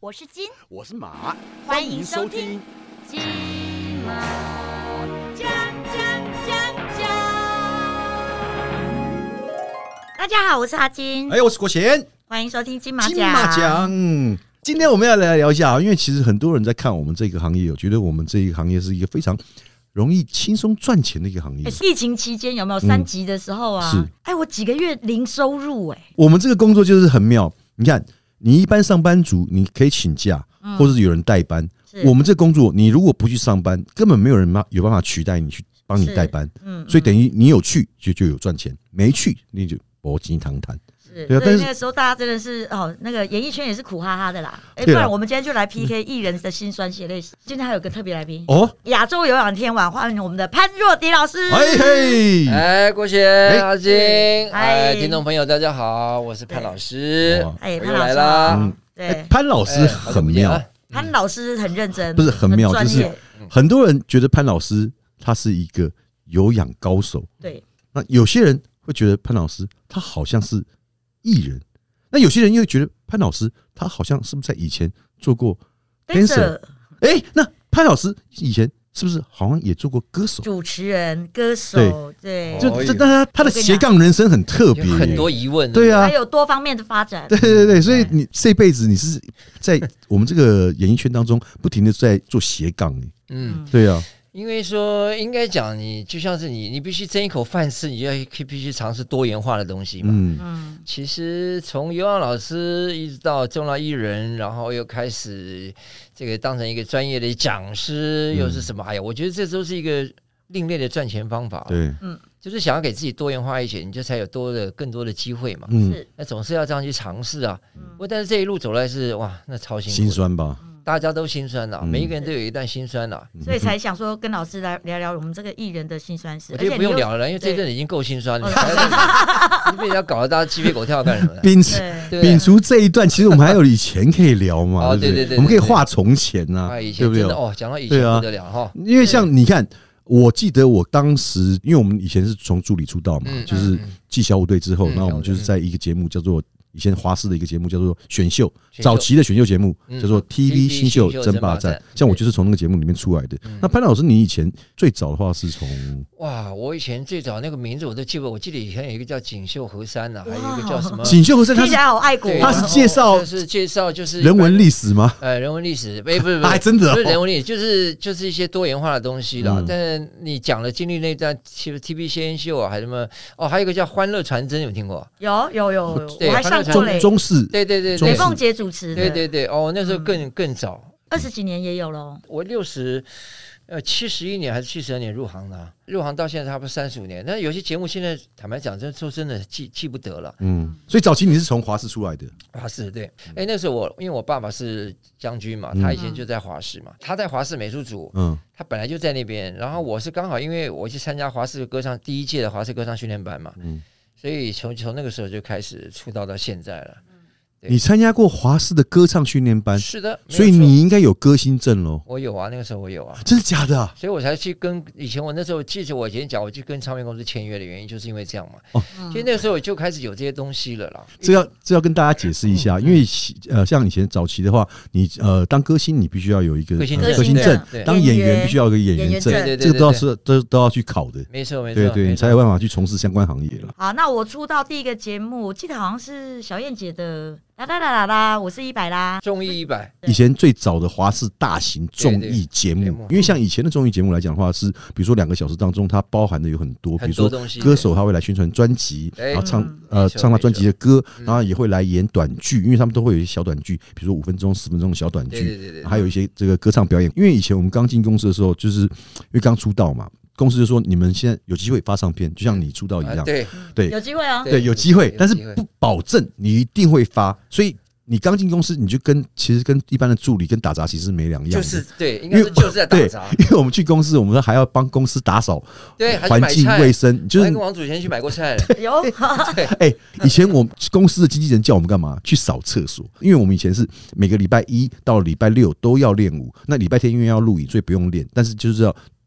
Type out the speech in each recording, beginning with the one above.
我是金， 我是马， 欢迎收听金马奖。大家好，我是阿金， 我是国贤， 欢迎收听金马奖。 金马奖，今天我们要来聊一下，因为其实很多人在看我们这个行业，我觉得我们这个行业是一个非常容易轻松赚钱的一个行业。 疫情期间有没有3级的时候啊？ 是， 我几个月零收入我们这个工作就是很妙，你看，你一般上班族你可以请假，或者是有人代班。我们这工作，你如果不去上班，根本没有人有办法取代你去帮你代班。所以等于你有去就有赚钱，没去你就无钱通赚。 对啊，但是那个时候大家真的是那个演艺圈也是苦哈哈的啦。不然我们今天就来 PK 艺人的辛酸血泪史。今天还有个特别来宾亚洲有氧天王，欢迎我们的潘若迪老师。 郭贤、阿金，听众朋友大家好，我是潘老师。 潘老师来啦。对， 潘老师很妙， 潘老师很认真， 不是很妙，就是很多人觉得潘老师他是一个有氧高手。 对， 那有些人会觉得潘老师他好像是艺人，那有些人又觉得潘老师他好像是不是在以前做过 dancer？ 那潘老师以前是不是好像也做过歌手、 主持人、歌手？对， 但他的斜杠人生很特别， 很多疑问。 对啊， 还有多方面的发展。 对，所以你这辈子你是在我们这个演艺圈当中不停的在做斜杠。对啊。 因为说应该讲，你就像是你必须争一口饭吃，你就必须尝试多元化的东西嘛。其实从有氧老师一直到重量艺人，然后又开始这个当成一个专业的讲师，又是什么？我觉得这都是一个另类的赚钱方法。 对， 就是想要给自己多元化一些，你就才有更多的机会嘛。那总是要这样去尝试啊。但是这一路走来是那超辛苦， 心酸吧。 大家都心酸了，每一个人都有一段心酸了， 所以才想说跟老师来聊聊我们这个艺人的心酸事。 我觉得不用聊了，因为这阵已经够心酸了，你被人家搞得大家鸡飞狗跳干什么？ 摒除这一段，其实我们还有以前可以聊嘛。对，我们可以话从前啊，对不对？ 讲到以前不得了哈。 因为像你看，我记得我当时，因为我们以前是从助理出道嘛，就是继小虎队之后，然后我们就是在一个节目叫做。以前华视的一个节目叫做选秀，早期的选秀节目叫做 TV 新秀争霸战，像我就是从那个节目里面出来的。那潘老师，你以前最早的话是从我以前最早那个名字我都记不，我记得以前有一个叫锦绣河山还有一个叫什么锦绣河山， 听起来好爱国。 他是介绍就是人文历史吗？ 人文历史，不是， 还真的不是人文历史，就是一些多元化的东西啦。但是你讲了经历那段 TV 先秀还什么还有一个叫欢乐传真，有听过？ 有，我还上。 中视， 对， 雷凤姐主持的， 对，那时候更早 ，20几年也有了。 我71年还是72年入行的，入行到现在差不多35年。但是有些节目现在坦白讲，说真的记不得了。 所以早期你是从华视出来的？ 华视对，那时候因为我爸爸是将军嘛，他以前就在华视嘛，他在华视美术组，他本来就在那边。然后我是刚好因为我去参加华视歌唱第1届的华视歌唱训练班嘛。所以从那个时候就开始出道到现在了。 你参加过华视的歌唱训练班？ 是的， 所以你应该有歌星证咯。 我有啊，那个时候我有啊。 真的假的啊？ 所以我才去跟以前我那时候记得我以前讲，我去跟唱片公司签约的原因，就是因为这样嘛。所以那个时候我就开始有这些东西了啦。 这要跟大家解释一下，因为像以前早期的话，你当歌星你必须要有一个歌星证，当演员必须要有一个演员证，这个都要去考的。 没错， 对，你才有办法去从事相关行业了。 好，那我出道第一个节目，我记得好像是小燕姐的。啦，我是100啦， 综艺100。 以前最早的华视大型综艺节目，因为像以前的综艺节目来讲的话，是比如说2个小时当中，它包含的有很多，比如说歌手他会来宣传专辑，然后唱他专辑的歌，然后也会来演短剧，因为他们都会有一些小短剧，比如说5分钟、10分钟的小短剧，还有一些这个歌唱表演。因为以前我们刚进公司的时候，就是因为刚出道嘛。公司就说你们现在有机会发唱片，就像你出道一样，对， 有机会啊， 对，有机会，但是不保证你一定会发，所以你刚进公司，你就其实跟一般的助理跟打杂其实没两样， 就是对，应该说就是在打杂。 因为我们去公司，我们还要帮公司打扫， 对， 环境卫生，就是跟王祖贤去买过菜了。 有， 对，以前我们公司的经纪人叫我们干嘛？去扫厕所，因为我们以前是每个礼拜1到礼拜6都要练舞，那礼拜天因为要录影，所以不用练，但是就是要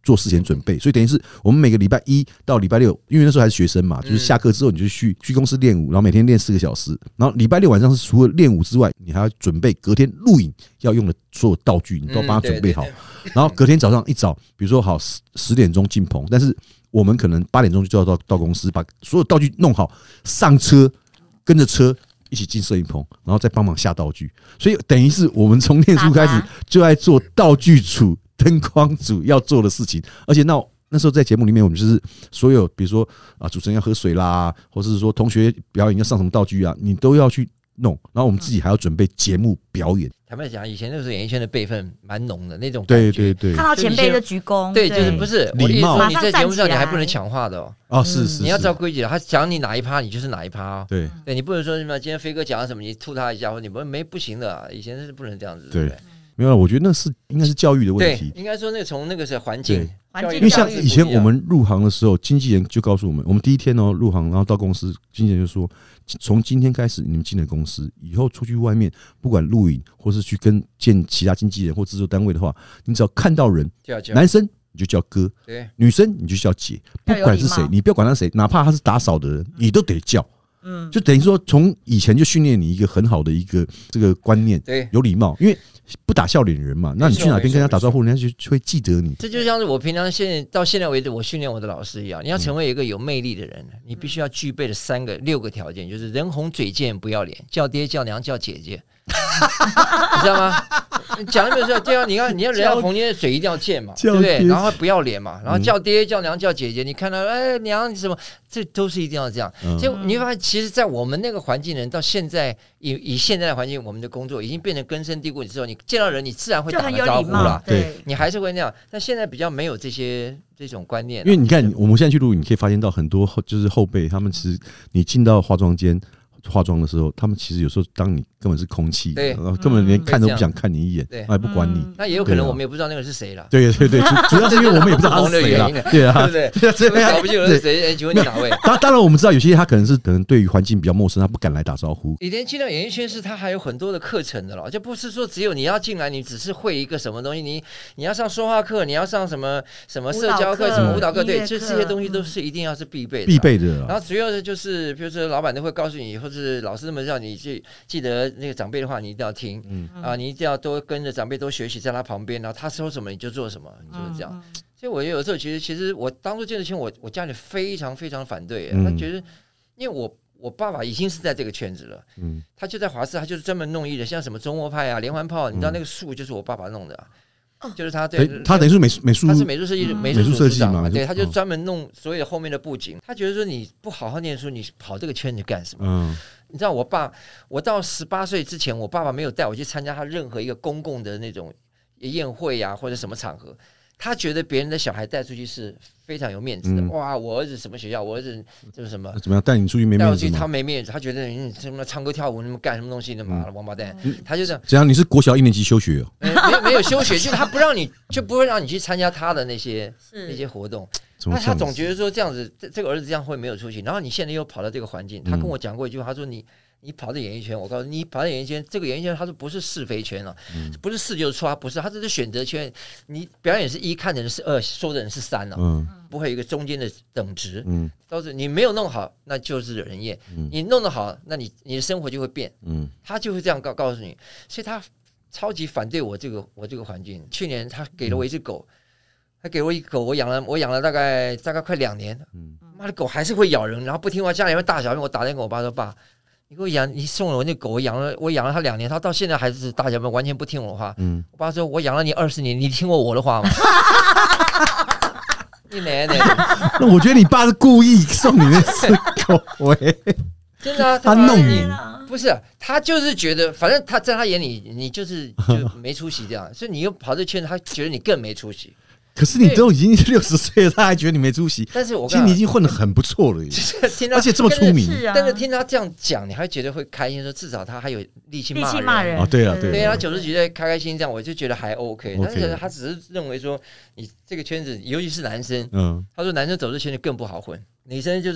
做事前准备，所以等于是我们每个礼拜一到礼拜六，因为那时候还是学生嘛，就是下课之后你就去公司练舞，然后每天练4个小时，然后礼拜六晚上是除了练舞之外，你还要准备隔天录影要用的所有道具，你都帮他准备好。然后隔天早上一早，比如说好10点钟进棚，但是我们可能8点钟就要到公司，把所有道具弄好，上车跟着车一起进摄影棚，然后再帮忙下道具。所以等于是我们从念书开始就在做道具组、灯光组要做的事情，而且那时候在节目里面，我们就是所有比如说主持人要喝水啦，或者是说同学表演要上什么道具啊，你都要去弄，然后我们自己还要准备节目表演。 坦白讲，以前那个时候演艺圈的辈分蛮浓的那种感觉， 对， 看到前辈就鞠躬， 对，就是不是礼貌。 你在节目上你还不能抢话的是， 你要照规矩，他讲你哪一趴，你就是哪一趴。 对， 你不能说什么今天飞哥讲了什么，你吐他一下，或者你不行的，以前是不能这样子。 对，没有，我觉得那应该是教育的问题。 对，应该说从那个是环境。 因为像以前我们入行的时候，经纪人就告诉我们，我们第一天入行，然后到公司，经纪人就说，从今天开始你们进了公司，以后出去外面，不管录影或是去见其他经纪人或制作单位的话，你只要看到人，男生你就叫哥，女生你就叫姐，不管是谁，你不要管他是谁，哪怕他是打扫的人，你都得叫。就等于说，从以前就训练你一个很好的一个这个观念，有礼貌，因为不打笑脸人嘛。那你去哪边跟人家打招呼，人家就会记得你。 这就像是我平常到现在为止，我训练我的老师一样。你要成为一个有魅力的人，你必须要具备的6个条件，就是人红嘴贱不要脸，叫爹叫娘叫姐姐，你知道吗？讲的没有错，对啊，你要人家红，你的嘴一定要贱嘛，对不对？然后不要脸嘛，然后叫爹叫娘叫姐姐，你看到娘什么，这都是一定要这样。所以你会发现，其实，在我们那个环境人到现在，以现在的环境，我们的工作已经变成根深蒂固之后，你见到人，你自然会打个招呼了， 对， 你还是会那样。但现在比较没有这种观念， 因为你看，我们现在去录影，你可以发现到很多就是后辈，他们其实你进到化妆间。化妆的时候，他们其实有时候当你根本是空气，根本连看都不想看你一眼，还不管你。 那也有可能我们也不知道那个是谁了。 对，主要是因为我们也不知道他是谁了，对啊， 对不对？搞不清楚是谁，请问你哪位？ 当然我们知道有些他可能对于环境比较陌生，他不敢来打招呼。 以前进到演艺圈是他还有很多的课程的了，就不是说只有你要进来，你只是会一个什么东西，你要上说话课，你要上什么社交课、什么舞蹈课，对，这些东西都是一定要是必备的。然后主要的就是，比如说老板都会告诉你，或是老师们让你记得那个长辈的话，你一定要听，你一定要多跟着长辈多学习，在他旁边，然后他说什么你就做什么，你就是这样。所以我有时候其实我当初进了圈，我家里非常非常反对，他觉得，因为我爸爸已经是在这个圈子了，他就在华视，他就是专门弄艺人，像什么周末派啊、连环炮，你知道那个树就是我爸爸弄的。就是他对， 他等于是美术， 他是美术设计、美术设计嘛，对，他就专门弄所有的后面的布景。他觉得说你不好好念书，你跑这个圈子干什么？你知道我到18岁之前，我爸爸没有带我去参加他任何一个公共的那种宴会啊，或者什么场合。他觉得别人的小孩带出去是非常有面子的，哇！我儿子什么学校？我儿子就是什么？ 怎么样带你出去没面子？ 他没面子，他觉得你什么唱歌跳舞，你们干什么东西？他妈的王八蛋！他就这样。 怎样？你是国小1年级休学哦？没有休学，就是他不让你，就不会让你去参加他的那些活动。他总觉得说这样子，这个儿子这样会没有出息。然后你现在又跑到这个环境，他跟我讲过一句话，他说你跑到演艺圈，我告诉你，跑到演艺圈，这个演艺圈他说不是是非圈了，不是是就是错，不是，他这是选择圈。你表演是1，看的人是2，说的人是3了，不会有一个中间的等值。都是你没有弄好，那就是惹人厌；你弄得好，那你的生活就会变。他就会这样告诉你，所以他超级反对我这个环境。去年他给了我一只狗。他给我一个狗，我养了大概快2年，妈的狗还是会咬人，然后不听话，家里会大小便。我打电话给我爸说：“爸，你给我养，你送了我那狗，我养了它2年，它到现在还是大小便，完全不听我的话。”我爸说：“我养了你20年，你听过我的话吗？”你奶奶！ 那我觉得你爸是故意送你那只狗， 真的啊， 他弄你。 不是，他就是觉得，反正他在他眼里，你就没出息这样，所以你又跑这圈子，他觉得你更没出息。 可是你都已经60岁了，他还觉得你没出息。 但是其实你已经混得很不错了，而且这么出名。 但是听他这样讲，你还觉得会开心，说至少他还有力气骂人啊！对啊， 对啊，他90几岁开开心心这样，我就觉得还 OK。但是他只是认为说，你这个圈子，尤其是男生，他说男生走这圈子更不好混，女生就是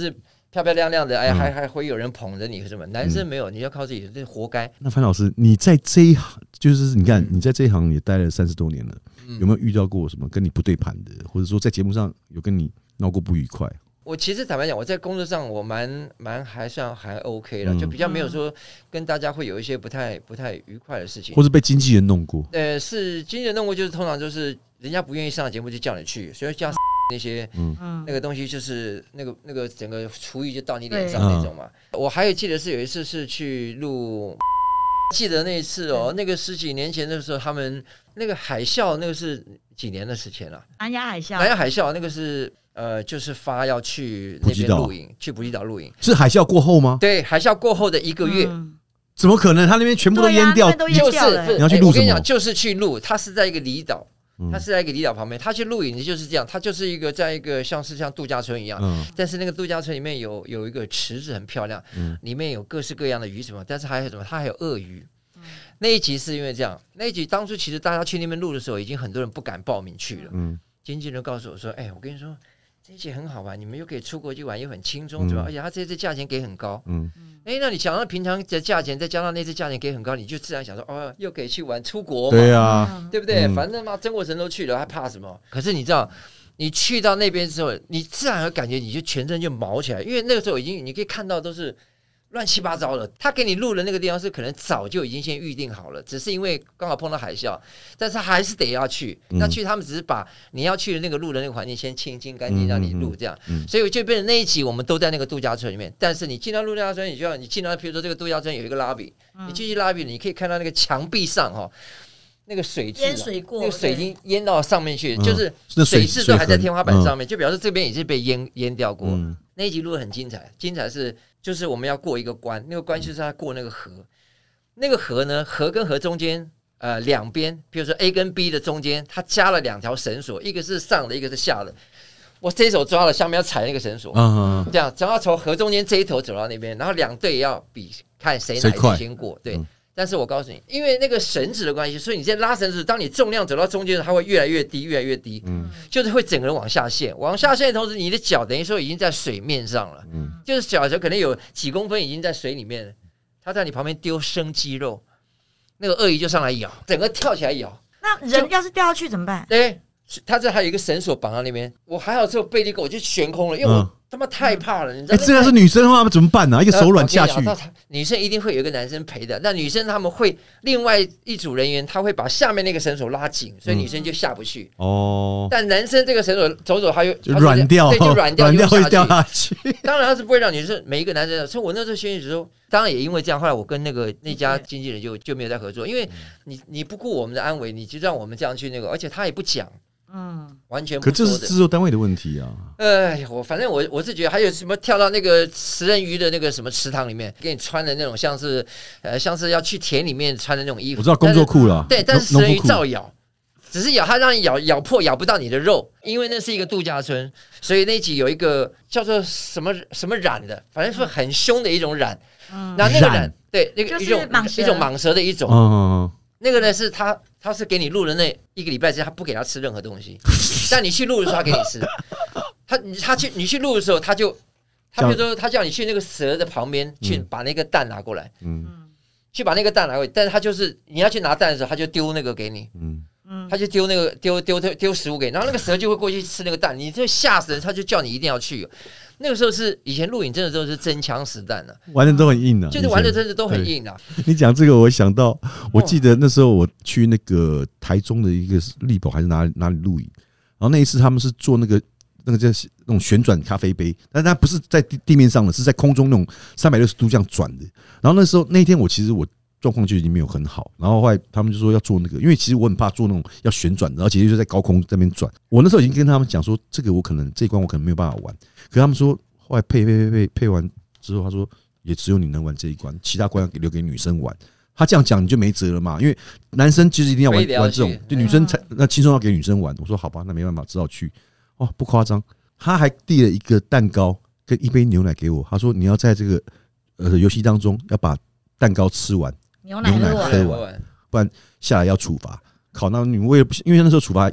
漂漂亮亮的，哎，还会有人捧着你什么？男生没有，你要靠自己，这活该。 那范老师，你在这一行，就是你看你在这一行也待了30多年了，有没有遇到过什么跟你不对盘的，或者说在节目上有跟你闹过不愉快？ 我其实坦白讲，我在工作上我蛮还 OK 了，就比较没有说跟大家会有一些不太愉快的事情， 或是被经纪人弄过。 是经纪人弄过，就是通常就是人家不愿意上节目就叫你去，所以叫那些那个东西就是那个整个厨艺就到你脸上那种嘛。我还有记得是有一次是去录，记得那一次哦，那个10几年前的时候，他们那个海啸，那个是几年的事情了？ 南亚海啸， 那个是。就是发要去那边露营，去普吉岛露营， 是海啸过后吗？ 对，海啸过后的1个月， 怎么可能？他那边全部都淹掉， 就是你要去录什么？ 我跟你讲，就是去录，他是在一个离岛，旁边，他去露营就是这样，他就是在一个像度假村一样，但是那个度假村里面有一个池子很漂亮，里面有各式各样的鱼什么，但是还有什么？它还有鳄鱼。那一集是因为这样，那一集当初其实大家去那边录的时候，已经很多人不敢报名去了。经纪人告诉我说：“哎，我跟你说。”这一集很好玩，你们又可以出国去玩，又很轻松，对吧？而且他这次价钱给很高，那你想到平常的价钱，再加上那次价钱给很高，你就自然想说，哦，又可以去玩出国嘛， 对啊， 对不对？反正嘛，曾国成都去了，还怕什么？可是你知道，你去到那边之后，你自然而感觉你就全身就毛起来，因为那个时候你可以看到都是乱七八糟的。他给你录的那个地方是可能早就已经先预定好了，只是因为刚好碰到海啸，但是还是得要去。那去他们只是把你要去的那个录的那个环境先清清干净，让你录这样。所以就变成那一集我们都在那个度假村里面。但是你进到度假村，你进到，比如说这个度假村有一个lobby，你进去lobby，你可以看到那个墙壁上那个水渍，那个水已经淹到上面去，就是水渍都还在天花板上面，就表示这边已经被淹掉过。那一集录得很精彩，精彩是就是我们要过一个关，那个关就是要过那个河，那个河呢，河跟河中间两边，比如说 A 跟 B 的中间，它加了2条绳索，一个是上的，一个是下的。我这一手抓了，下面要踩那个绳索，这样，只要从河中间这一头走到那边，然后2队要比看谁哪一队先过，对。但是我告诉你，因为那个绳子的关系，所以你在拉绳子，当你重量走到中间，它会越来越低，越来越低，就是会整个人往下陷，往下陷的同时，你的脚等于说已经在水面上了，就是脚可能有几公分已经在水里面了，它在你旁边丢生鸡肉，那个鳄鱼就上来咬，整个跳起来咬。 那人要是掉下去怎么办？ 对，它这还有一个绳索绑到那边，我还好只有背力够，我就悬空了，因为我他妈太怕了，你知道？ 这要是女生的话怎么办呢？一个手软下去， 女生一定会有一个男生陪的。那女生他们会另外一组人员，他会把下面那个绳索拉紧，所以女生就下不去。但男生这个绳索走，他就软掉， 对，就软掉会掉下去。 当然他是不会让女生每一个男生。所以我那时候宣誓的时候，当然也因为这样，后来我跟那家经纪人就没有再合作，因为你不顾我们的安危，你就让我们这样去那个，而且他也不讲。完全不说的。 可这是制作单位的问题啊！ 反正我是觉得还有什么跳到那个食人鱼的那个什么池塘里面，给你穿的那种像是要去田里面穿的那种衣服。 我知道工作裤了， 对，但是食人鱼照咬，只是它让你咬破，咬不到你的肉，因为那是一个度假村，所以那一集有一个叫做什么染的，反正是很凶的一种染。那个染，对，那个一种蟒蛇的一种。那个呢是他是给你录的那1个礼拜之前，他不给他吃任何东西，但你去录的时候他给你吃。你去录的时候，他比如说他叫你去那个蛇的旁边去把那个蛋拿过来，去把那个蛋拿过来，但是他就是你要去拿蛋的时候，他就丢那个给你，他就丢那个丢食物给你，然后那个蛇就会过去吃那个蛋，你这吓死人，他就叫你一定要去。那个时候是以前录影真的都是真枪实弹的， 玩的都很硬啊， 就是玩的真的都很硬啊。 你讲这个，我想到，我记得那时候我去那个台中的一个力宝还是哪里录影，然后那一次他们是做那个叫那种旋转咖啡杯，但它不是在地面上的，是在空中那种360度这样转的。然后那天其实我状况就已经没有很好，然后后来他们就说要做那个，因为其实我很怕做那种要旋转的，而且就在高空这边转。我那时候已经跟他们讲说，这一关我可能没有办法玩。可是他们说，后来配完之后，他说也只有你能玩这一关，其他关要留给女生玩。他这样讲你就没辙了嘛，因为男生其实一定要玩这种，对女生才那轻松要给女生玩。我说好吧，那没办法，只好去。哦，不夸张，他还递了一个蛋糕跟一杯牛奶给我，他说你要在这个游戏当中要把蛋糕吃完。牛奶喝完，不然下来要处罚。靠，那你为了因为那时候处罚也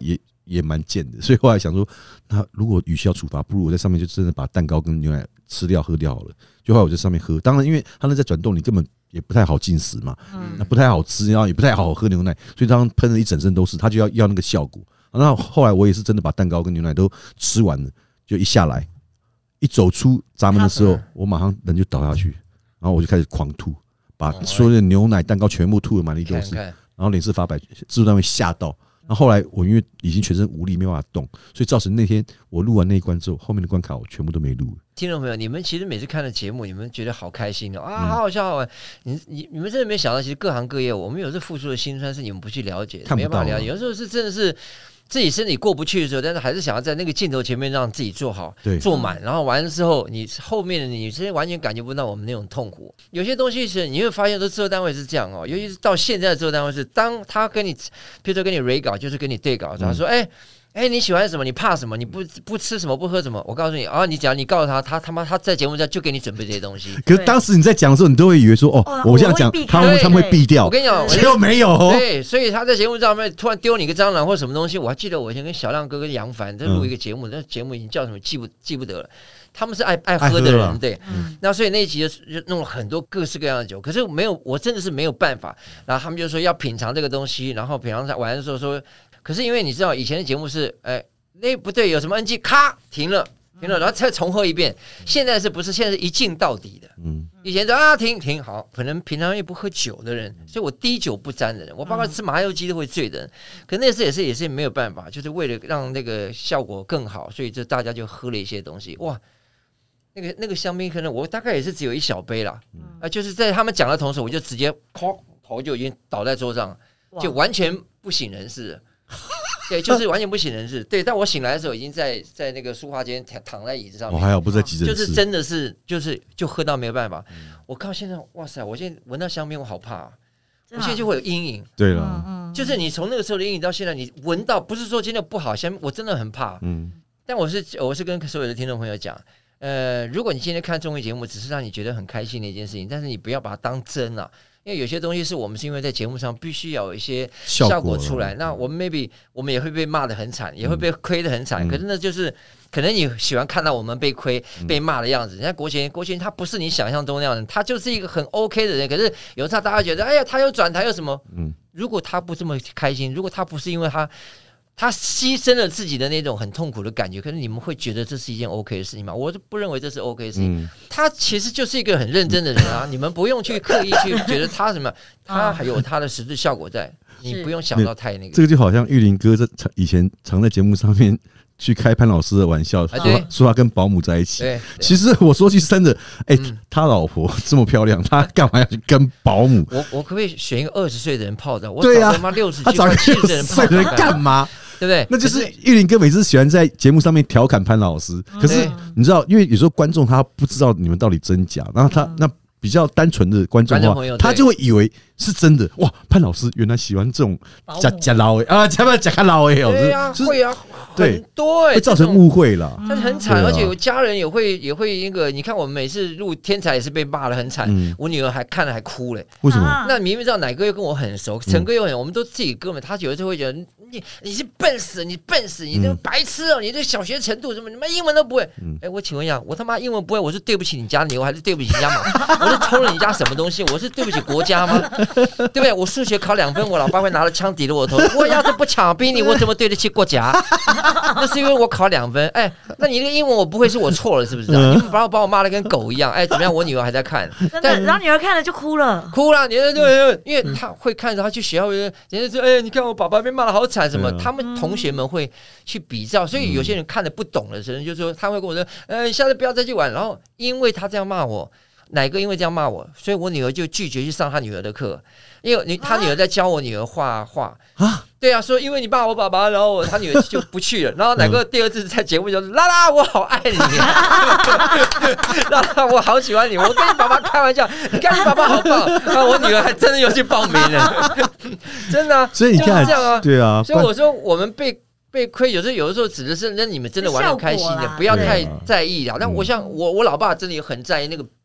也蛮贱的，所以后来想说，那如果与其要处罚，不如我在上面就真的把蛋糕跟牛奶吃掉喝掉好了。就后来我在上面喝，当然因为它那在转动，你根本也不太好进食嘛，那不太好吃，然后也不太好喝牛奶，所以当喷了一整身都是，他就要那个效果。那后来我也是真的把蛋糕跟牛奶都吃完了，就一下来，一走出闸门的时候，我马上人就倒下去，然后我就开始狂吐，把所有的牛奶、蛋糕全部吐了满地都是，然后脸色发白，制作单位吓到。那后来我因为已经全身无力，没办法动，所以造成那天我录完那一关之后，后面的关卡我全部都没录了。 听众朋友，你们其实每次看的节目，你们觉得好开心哦啊，好好笑，好玩。你们真的没想到，其实各行各业，我们有时候付出的辛酸是你们不去了解，没办法了解。有时候是真的是自己身体过不去的时候，但是还是想要在那个镜头前面让自己做好、做满，然后完了之后，你后面的你其实完全感觉不到我们那种痛苦。有些东西是你会发现，说制作单位是这样哦，尤其是到现在的制作单位是，当他跟你，譬如说跟你 re 稿，就是跟你对稿，他说，你喜欢什么？你怕什么？你不吃什么？不喝什么？我告诉你啊，你只要你告诉他，他在节目上就给你准备这些东西。 可是当时你在讲的时候，你都会以为说，我这样讲，他们会避掉。 我跟你讲， 结果没有。 对，所以他在节目上面突然丢你个蟑螂或什么东西，我还记得我以前跟小亮哥跟杨凡在录一个节目，那节目已经叫什么记不得了。他们是爱喝的人，对，那所以那一集就弄了很多各式各样的酒，可是没有，我真的是没有办法。然后他们就说要品尝这个东西，然后品尝完的时候说。可是因为你知道以前的节目是，那不对，有什么 NG， 咔停了，然后再重喝一遍。现在是不是？现在是一镜到底的。以前是停好，可能平常也不喝酒的人，所以我滴酒不沾的人，我包括吃麻油鸡都会醉的人。可那次也是没有办法，就是为了让那个效果更好，所以就大家就喝了一些东西。哇，那个香槟可能我大概也是只有一小杯啦，就是在他们讲的同时，我就直接头就已经倒在桌上，就完全不省人事了。对，就是完全不省人事。对，但我醒来的时候已经在那个书画间躺在椅子上面。 还好不在急诊室。 就是真的是就喝到没有办法。我靠，现在哇塞，我现在闻到香槟我好怕，我现在就会有阴影。 对了， 就是你从那个时候的阴影到现在，你闻到不是说今天不好香槟，我真的很怕。但我是跟所有的听众朋友讲，如果你今天看综艺节目，只是让你觉得很开心的一件事情，但是你不要把它当真啊。因为有些东西是我们是因为在节目上必须要有一些效果出来，那我们 maybe 我们也会被骂得很惨，也会被亏得很惨。可是那就是可能你喜欢看到我们被亏、被骂的样子。人家国贤他不是你想象中那样的人，他就是一个很 OK 的人。可是有时候大家觉得，哎呀，他有转台有什么？如果他不这么开心，如果他不是因为他牺牲了自己的那种很痛苦的感觉，可是你们会觉得这是一件 OK 的事情吗？我就不认为这是 OK 的事情。他其实就是一个很认真的人啊，你们不用去刻意去觉得他什么，他还有他的实质效果在，你不用想到太那个。 这个就好像玉林哥以前常在节目上面去开潘老师的玩笑，说他跟保姆在一起。其实我说句真的，他老婆这么漂亮，他干嘛要去跟保姆？ 我可不可以选一个20岁的人泡着？我找他妈60几、70的人泡着干嘛？ 对不对？ 那就是玉林哥每次喜欢在节目上面调侃潘老师，可是你知道，因为有时候观众他不知道你们到底真假，然后他那比较单纯的观众的话，他就会以为是真的。哇，潘老师原来喜欢这种假老啊，假老哎， 对啊，会啊，很多会造成误会啦。 但是很惨，而且有家人也会那个，你看我们每次录天才也是被骂得很惨，我女儿还看了还哭嘞。 为什么？ 那明明知道奶哥又跟我很熟，陈哥又很，我们都自己哥们，他有时候会觉得你是笨死，你这个白痴哦，你这小学程度什么，你们英文都不会。我请问一下，我他妈英文不会，我是对不起你家牛，还是对不起你家马？我是偷了你家什么东西？我是对不起国家吗？对不对？我数学考2分，我老爸会拿着枪抵着我头。我要是不抢逼你，我怎么对得起国家？那是因为我考2分。那你那个英文我不会是我错了是不是？你们把我骂得跟狗一样。怎么样？我女儿还在看， 但然后女儿看了就哭了， 因为她会看着她去学校，人家说，你看我爸爸被骂得好惨什么？他们同学们会去比较，所以有些人看得不懂的时候，就说他会跟我说，下次不要再去玩。然后因为他这样骂我。哪个因为这样骂我，所以我女儿就拒绝去上她女儿的课，因为他女儿在教我女儿画画啊。对啊，说因为你骂我爸爸，然后他女儿就不去了。然后哪个第二次在节目就说拉拉我好爱你，拉拉我好喜欢你，我跟你爸爸开玩笑，你看你爸爸好棒。然后我女儿还真的又去报名了，真的、啊。 所以你看， 这样啊， 对啊。 所以我说我们被亏，有的时候指的是让你们真的玩得开心的，不要太在意了。但我像我老爸真的也很在意那个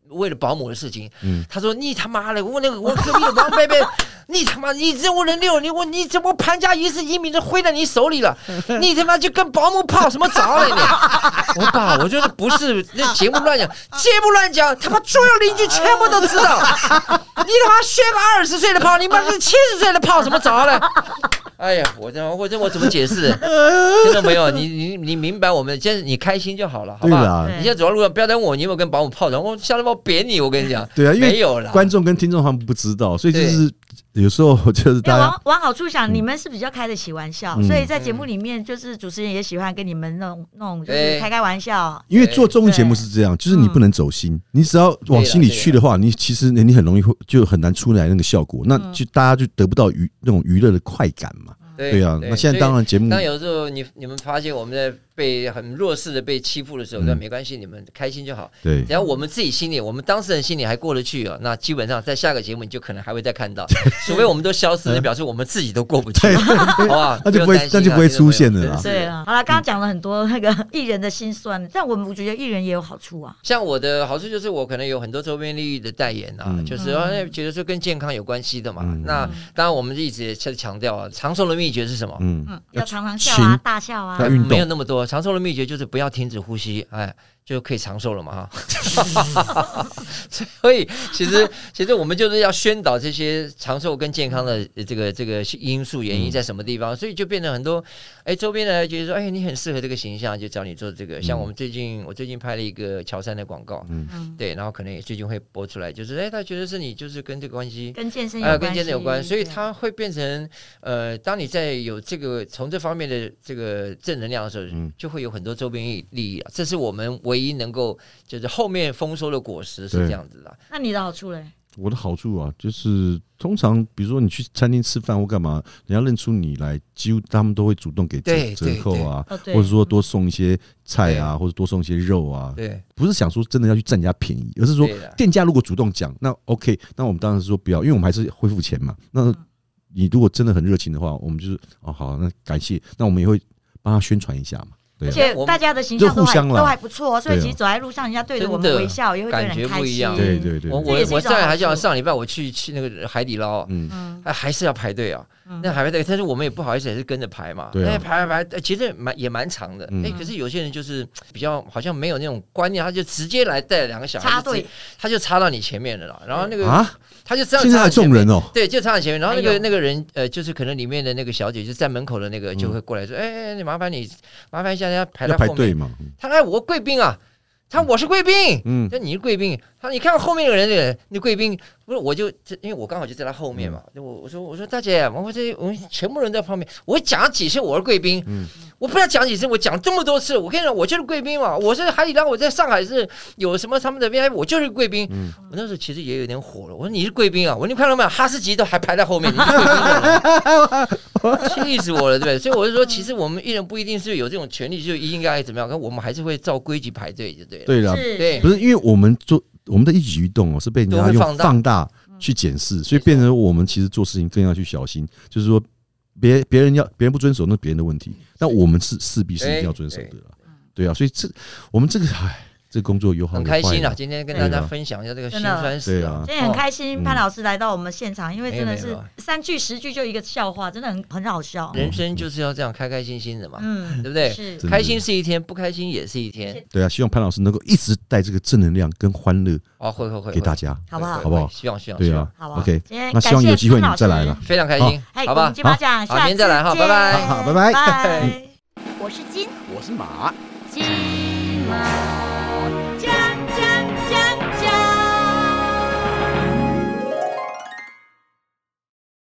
为了保姆的事情，他说你他妈的，我隔壁的王贝贝，你他妈你人无人六，你怎么潘家1世移民都挥在你手里了，你他妈就跟保姆泡什么澡了你？我爸，我觉得不是，那节目乱讲，他妈所有邻居全部都知道，你他妈学个20岁的泡，你妈是70岁的泡什么澡了？哎呀，我怎么解释？听到没有？你明白我们，现在你开心就好了，好吧？你现在走到路上，不要等我，你有没有跟保姆泡澡？我下来我扁你，我跟你讲。 对啊，因为没有啦， 观众跟听众他们不知道，所以就是有时候就是大家往好处想，你们是比较开得起玩笑，所以在节目里面，就是主持人也喜欢跟你们那种就是开玩笑。 因为做综艺节目是这样，就是你不能走心，你只要往心里去的话，你其实你很容易就很难出来那个效果，那就大家就得不到那种娱乐的快感嘛。对啊，那现在当然节目， 当有时候你们发现我们在被很弱势的被欺负的时候，那没关系，你们开心就好。 对， 然后我们自己心里，我们当事人心里还过得去啊，那基本上在下个节目你就可能还会再看到，除非我们都消失，那表示我们自己都过不去，好吧？ 那就不会出现了啦。 对啊，好了，刚刚讲了很多那个艺人的辛酸，但我觉得艺人也有好处啊。 像我的好处就是我可能有很多周边利益的代言啊，就是觉得说跟健康有关系的嘛。那当然我们一直也强调啊，长寿的秘诀是什么？ 要常常笑啊，大笑啊， 没有那么多。长寿的秘诀就是不要停止呼吸，哎，就可以长寿了嘛哈。所以其实我们就是要宣导这些长寿跟健康的这个因素原因在什么地方，所以就变成很多周边的人觉得说你很适合这个形象，就找你做这个。像我最近拍了一个乔杉的广告，对，然后可能也最近会播出来，就是他觉得是你就是跟这个关系跟健身有关，所以他会变成当你在有这个从这方面的这个正能量的时候，就会有很多周边利益啊，这是我们唯一能够就是后面丰收的果实是这样子的。 那你的好处嘞？ 我的好处啊，就是通常比如说你去餐厅吃饭或干嘛，人家认出你来，几乎他们都会主动给折扣啊，或者说多送一些菜啊，或者多送一些肉啊。 对， 不是想说真的要去占人家便宜，而是说店家如果主动讲，那 OK， 那我们当然是说不要，因为我们还是会付钱嘛。那你如果真的很热情的话，我们就是好，那感谢，那我们也会帮他宣传一下嘛。 而且大家的形象都还不错，所以其实走在路上，人家对着我们微笑，也会觉得很开心。 对， 我再还讲上礼拜我去那个海底捞，还是要排队啊。那排队，但是我们也不好意思，也是跟着排嘛。 对， 排，其实也蛮长的。可是有些人就是比较好像没有那种观念，他就直接来带2个小孩插队，他就插到你前面了啦。然后那个他就这样， 现在还众人哦， 对，就插在前面。然后那个人就是可能里面的那个小姐就在门口的那个就会过来说，你麻烦一下，人家排在后面嘛。 他说我贵宾啊。我是贵宾，那你是贵宾。他说你看后面那个人，那贵宾不是我就因为我刚好就在他后面嘛。我说大姐，我们全部人在旁边，我讲几次我是贵宾，我不要讲几次，我讲这么多次，我跟你说我就是贵宾嘛，我是海底捞，我在上海是有什么他们的 VIP， 我就是贵宾。我那时候其实也有点火了，我说你是贵宾啊，我说你看到没有，哈士奇都还排在后面，你是贵宾，气死我了，对不对？所以我就说，其实我们艺人不一定是有这种权利就应该怎么样，可我们还是会照规矩排队，就对了。 对了，对，不是因为我们的一举一动是被人家用放大去检视，所以变成我们其实做事情更要去小心。就是说，别人不遵守那别人的问题，但我们势必是一定要遵守的啦。对啊，所以我们这个这个工作有好有坏， 很开心啊！今天跟大家分享一下这个辛酸史啊！ 今天很开心，潘老师来到我们现场，因为真的是3句10句就一个笑话，真的很好笑。 人生就是要这样开开心心的嘛，对不对？是，开心是一天，不开心也是一天。 对啊，希望潘老师能够一直带这个正能量跟欢乐会给大家， 好不好？ 好不好？ 希望， 对啊， 好 OK。那希望有机会你再来了， 非常开心，好吧？ 好， 明天再来哈，拜拜， 好，拜拜。 我是金， 我是马， 金马。